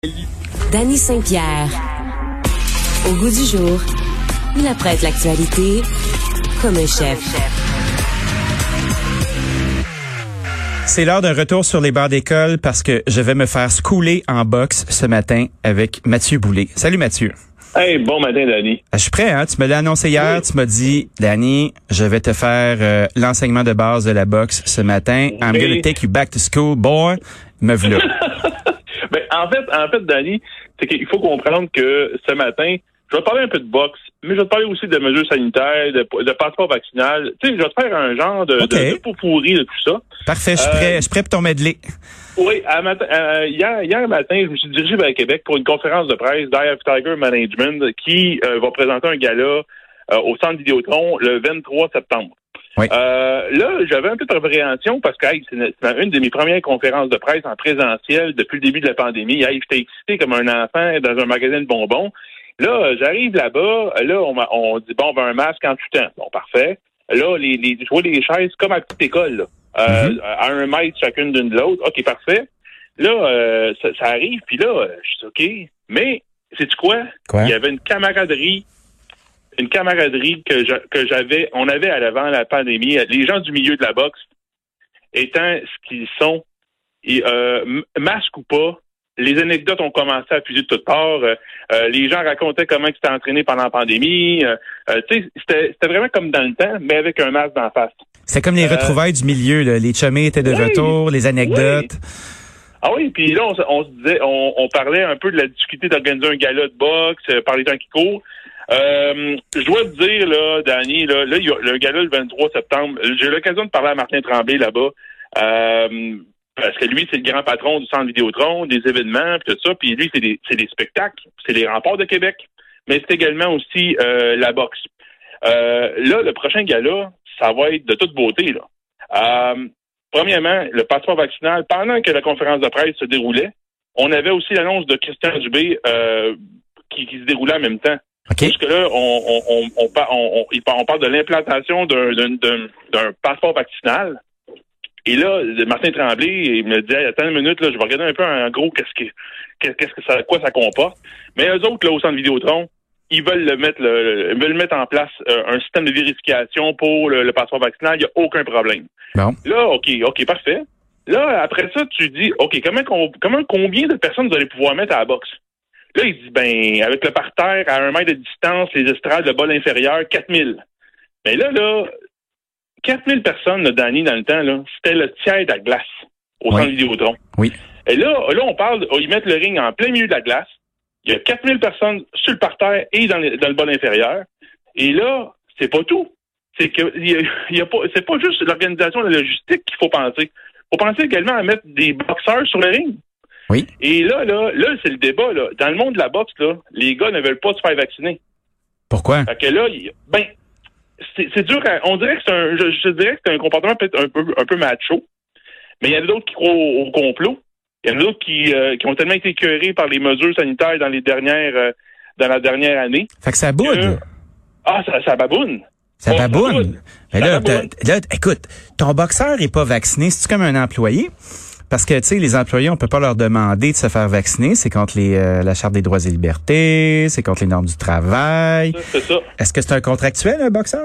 Danny Saint-Pierre. Au goût du jour, il apprête l'actualité comme un chef. C'est l'heure d'un retour sur les bancs d'école parce que je vais me faire schooler en boxe ce matin avec Mathieu Boulay. Salut Mathieu. Hey, bon matin, Danny. Je suis prêt, hein? Tu me l'as annoncé hier, oui. Tu m'as dit, Danny, je vais te faire l'enseignement de base de la boxe ce matin. Oui. I'm gonna take you back to school, boy. Me voilà. Ben, en fait, Danny, c'est qu'il faut comprendre que ce matin, je vais te parler un peu de boxe, mais je vais te parler aussi de mesures sanitaires, de passeport vaccinal. Tu sais, je vais te faire un genre de pot pourri de tout ça. Parfait, je suis prêt pour ton medley. Oui, hier matin, je me suis dirigé vers Québec pour une conférence de presse d'IF Tiger Management qui va présenter un gala au Centre Vidéotron le 23 septembre. Oui. Là, j'avais un peu de révérentiation parce que c'est une de mes premières conférences de presse en présentiel depuis le début de la pandémie. J'étais excité comme un enfant dans un magasin de bonbons. Là, j'arrive là-bas, là, on dit, bon, ben, un masque en tout temps. Bon, parfait. Là, je vois les chaises comme à la petite école, là. À 1 mètre chacune d'une de l'autre. OK, parfait. Là, ça arrive, puis là, je suis OK. Mais, sais-tu quoi? Il y avait une camaraderie on avait à l'avant la pandémie. Les gens du milieu de la boxe, étant ce qu'ils sont, et, masque ou pas, les anecdotes ont commencé à fuser de toutes parts. Les gens racontaient comment ils s'étaient entraînés pendant la pandémie. Tu sais, c'était vraiment comme dans le temps, mais avec un masque d'en face. C'est comme les retrouvailles du milieu, là. Les chumés étaient de retour, les anecdotes. Oui. Ah oui, puis là, on se disait, on parlait un peu de la difficulté d'organiser un gala de boxe par les temps qui courent. Je dois te dire, là, Danny, là, il y a le gala le 23 septembre. J'ai eu l'occasion de parler à Martin Tremblay là-bas. Parce que lui, c'est le grand patron du Centre Vidéotron, des événements, puis tout ça. Puis lui, c'est des spectacles, c'est les remparts de Québec, mais c'est également aussi la boxe. Là, le prochain gala, ça va être de toute beauté, là. Premièrement, le passeport vaccinal, pendant que la conférence de presse se déroulait, on avait aussi l'annonce de Christian Dubé qui se déroulait en même temps. Okay. Parce que là, on parle de l'implantation d'un passeport vaccinal. Et là, Martin Tremblay, il me dit, attends une minute, là, je vais regarder un peu en gros quoi ça comporte. Mais eux autres, là, au Centre Vidéotron, ils veulent mettre en place un système de vérification pour le passeport vaccinal. Il n'y a aucun problème. Bon. Là, OK, parfait. Là, après ça, tu dis, OK, combien de personnes vous allez pouvoir mettre à la boxe? Là, il dit, ben, avec le parterre à 1 mètre de distance, les estrades, le bol inférieur, 4000. Mais là, 4000 personnes, là, Danny, dans le temps, là, c'était le tiers de la glace au Centre Vidéotron. Oui. Et là, on parle, ils mettent le ring en plein milieu de la glace. Il y a 4000 personnes sur le parterre et dans le bol inférieur. Et là, c'est pas tout. C'est que c'est pas juste l'organisation de la logistique qu'il faut penser. Il faut penser également à mettre des boxeurs sur le ring. Oui. Et là, c'est le débat, là. Dans le monde de la boxe, là, les gars ne veulent pas se faire vacciner. Pourquoi? Fait que là, c'est dur. On dirait que je dirais que c'est un comportement peut-être un peu macho. Mais il y en a d'autres qui croient au complot. Il y en a d'autres qui ont tellement été écœurés par les mesures sanitaires dans la dernière année. Fait que ça boude. Ça baboune. Ça baboune. Mais là, écoute, ton boxeur est pas vacciné. C'est-tu comme un employé? Parce que, tu sais, les employés, on peut pas leur demander de se faire vacciner. C'est contre la Charte des droits et libertés, c'est contre les normes du travail. C'est ça. Est-ce que c'est un contractuel, un boxeur?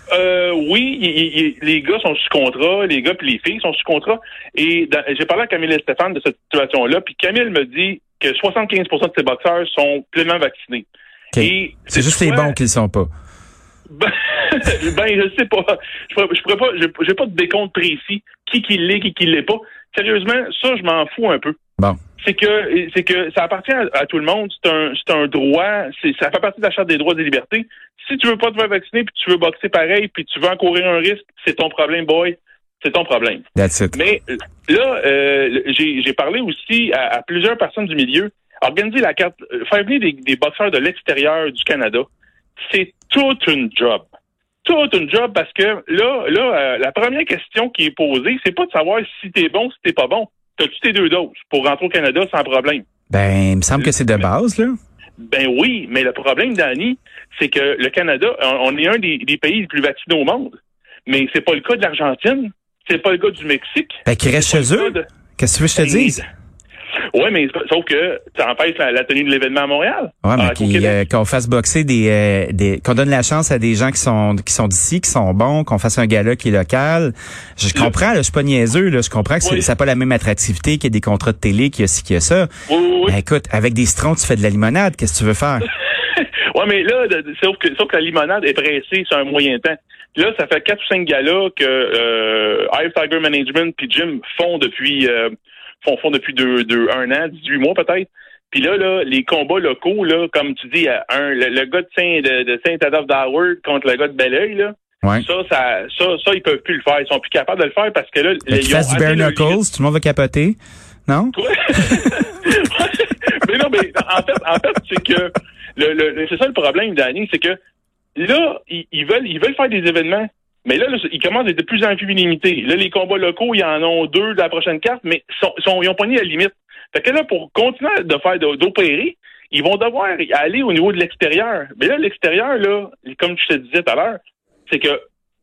Oui, les gars sont sous contrat, les gars puis les filles sont sous contrat. Et j'ai parlé à Camille et Stéphane de cette situation-là, puis Camille me dit que 75% de ces boxeurs sont pleinement vaccinés. Okay. Et c'est juste les bons qui le sont pas. Ben, je sais pas. J'ai pas de décompte précis. Qui l'est, qui l'est pas. Sérieusement, ça, je m'en fous un peu. Bon. C'est que ça appartient à tout le monde. C'est un droit. Ça fait partie de la Charte des droits et des libertés. Si tu veux pas te faire vacciner puis tu veux boxer pareil puis tu veux encourir un risque, c'est ton problème, boy. C'est ton problème. That's it. Mais là, j'ai parlé aussi à plusieurs personnes du milieu. Organiser la carte, faire venir des boxeurs de l'extérieur du Canada, c'est toute une job. Toute une job parce que là, la première question qui est posée, c'est pas de savoir si t'es bon, si t'es pas bon. T'as-tu tes 2 doses pour rentrer au Canada sans problème? Ben, il me semble que c'est de base, là. Ben oui, mais le problème, Danny, c'est que le Canada, on est un des pays les plus vaccinés au monde. Mais c'est pas le cas de l'Argentine, c'est pas le cas du Mexique. Ben, qui reste chez eux. Qu'est-ce que tu veux que je te dise? Ouais, mais sauf que ça empêche la tenue de l'événement à Montréal. Ouais, mais qu'on fasse boxer qu'on donne la chance à des gens qui sont d'ici, qui sont bons, qu'on fasse un gala qui est local. Je comprends, là, je suis pas niaiseux, là, je comprends que ça n'a pas la même attractivité qu'il y a des contrats de télé, qu'il y a ci, qu'il y a ça. Oui. Ben, écoute, avec des citrons, tu fais de la limonade, qu'est-ce que tu veux faire? Ouais, mais là, sauf que la limonade est pressée sur un moyen temps. Puis là, ça fait 4 ou 5 galas que Hive Tiger Management puis Jim font depuis font depuis 1 an, 18 mois peut-être. Puis là, les combats locaux, là, comme tu dis, le gars de Saint-Adolphe d'Howard contre le gars de Belleuil, là. Ouais. Ça, ils peuvent plus le faire. Ils sont plus capables de le faire parce que là, ils fassent du bare knuckles, tout le monde va capoter. Non? Mais non, mais en fait, c'est que c'est ça le problème, Danny, c'est que là, ils veulent faire des événements, mais là, ils commencent à être de plus en plus limités. Là, les combats locaux, il y en ont 2 de la prochaine carte, mais ils ont pogné la limite. Fait que là, pour continuer d'opérer, ils vont devoir aller au niveau de l'extérieur. Mais là, l'extérieur, là, comme je te disais tout à l'heure, c'est que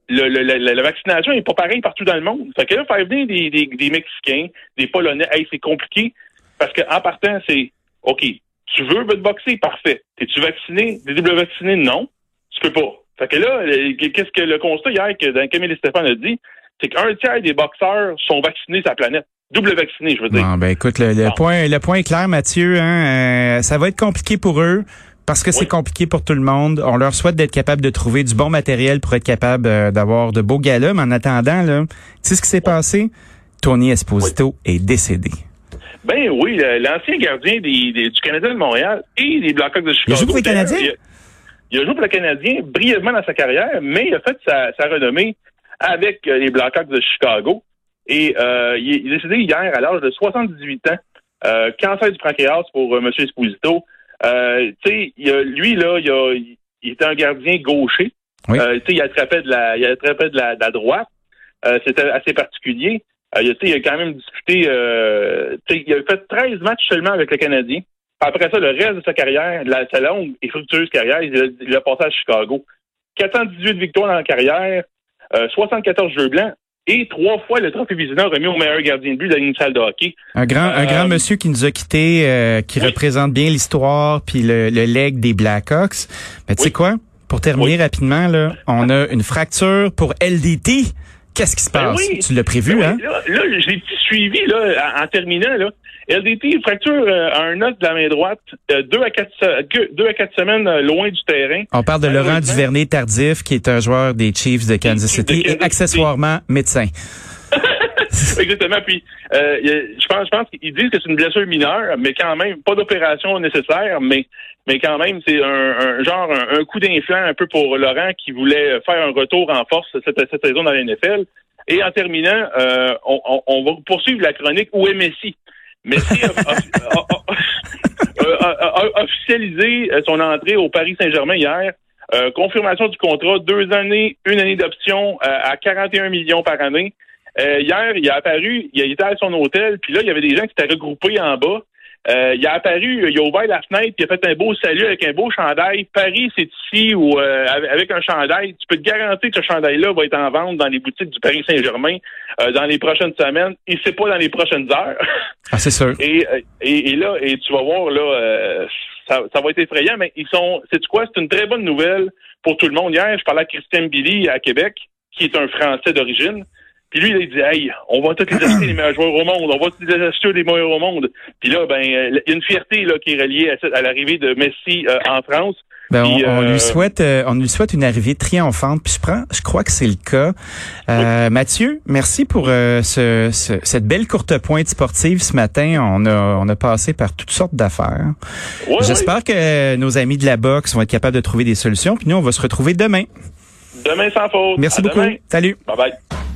la vaccination n'est pas pareille partout dans le monde. Fait que là, faire venir des Mexicains, des Polonais, c'est compliqué. Parce qu'en partant, c'est OK, tu veux te boxer, parfait. Es-tu vacciné? T'es double vacciné? Non. Tu peux pas. Fait que là, qu'est-ce que le constat hier que Camille Stéphane a dit, c'est qu'un tiers des boxeurs sont vaccinés sur la planète. Double vaccinés, je veux dire. Non, ben écoute, le point est clair, Mathieu, hein. Ça va être compliqué pour eux. Parce que c'est compliqué pour tout le monde. On leur souhaite d'être capable de trouver du bon matériel pour être capable d'avoir de beaux galas. Mais en attendant, là, tu sais ce qui s'est passé? Tony Esposito est décédé. Ben oui, l'ancien gardien du Canadien de Montréal et des Blackhawks de Chicago. Il a joué pour les Canadiens? Il a joué pour le Canadien brièvement dans sa carrière, mais il a fait sa renommée avec les Blackhawks de Chicago. Et il est décédé hier à l'âge de 78 ans. Cancer du pancréas pour M. Esposito. Tu sais, lui, là, il était un gardien gaucher. Oui. Tu sais, il attrapait de la droite. C'était assez particulier. Il a quand même disputé, il a fait 13 matchs seulement avec le Canadien. Après ça, le reste de sa carrière, sa longue et fructueuse carrière, il a passé à Chicago. 418 victoires dans la carrière, 74 jeux blancs et 3 fois le trophée Vizina remis au meilleur gardien de but de la ligne salle de hockey. Un grand monsieur qui nous a quittés, qui représente bien l'histoire puis le legs des Blackhawks. Mais tu sais quoi? Pour terminer rapidement, là, on a une fracture pour LDT. Qu'est-ce qui se passe? Oui. Tu l'as prévu, hein? Là, j'ai suivi, là, en terminant, là. LDT fracture un os de la main droite, 2 à 4 semaines loin du terrain. On parle de Laurent Duvernay-Tardif, qui est un joueur des Chiefs de Kansas City et accessoirement médecin. Exactement. Puis, je pense qu'ils disent que c'est une blessure mineure, mais quand même, pas d'opération nécessaire, mais quand même, c'est un coup d'inflant un peu pour Laurent qui voulait faire un retour en force cette saison dans la NFL. Et en terminant, on va poursuivre la chronique où est Messi. Messi a officialisé son entrée au Paris Saint-Germain hier. Confirmation du contrat, 2 années, 1 année d'option à 41 millions par année. Hier, il a apparu, il était à son hôtel, puis là, il y avait des gens qui s'étaient regroupés en bas. Il a apparu, il a ouvert la fenêtre, puis il a fait un beau salut avec un beau chandail. Paris, c'est ici, ou avec un chandail. Tu peux te garantir que ce chandail-là va être en vente dans les boutiques du Paris Saint-Germain dans les prochaines semaines, et c'est pas dans les prochaines heures. Ah, c'est sûr. Et là, tu vas voir, là, ça va être effrayant, mais sais-tu quoi? C'est une très bonne nouvelle pour tout le monde. Hier, je parlais à Christian Billy à Québec, qui est un Français d'origine. Puis lui, il dit, hey, on va tous les acheter les meilleurs joueurs au monde, on va tous les acheter les meilleurs au monde. Puis là, ben, il y a une fierté là qui est reliée à l'arrivée de Messi en France. Ben, on lui souhaite une arrivée triomphante. Puis je crois que c'est le cas. Oui. Mathieu, merci pour cette belle courte pointe sportive ce matin. On a passé par toutes sortes d'affaires. Oui, j'espère que nos amis de la boxe vont être capables de trouver des solutions. Puis nous, on va se retrouver demain. Demain sans faute. Merci beaucoup. Demain. Salut. Bye bye.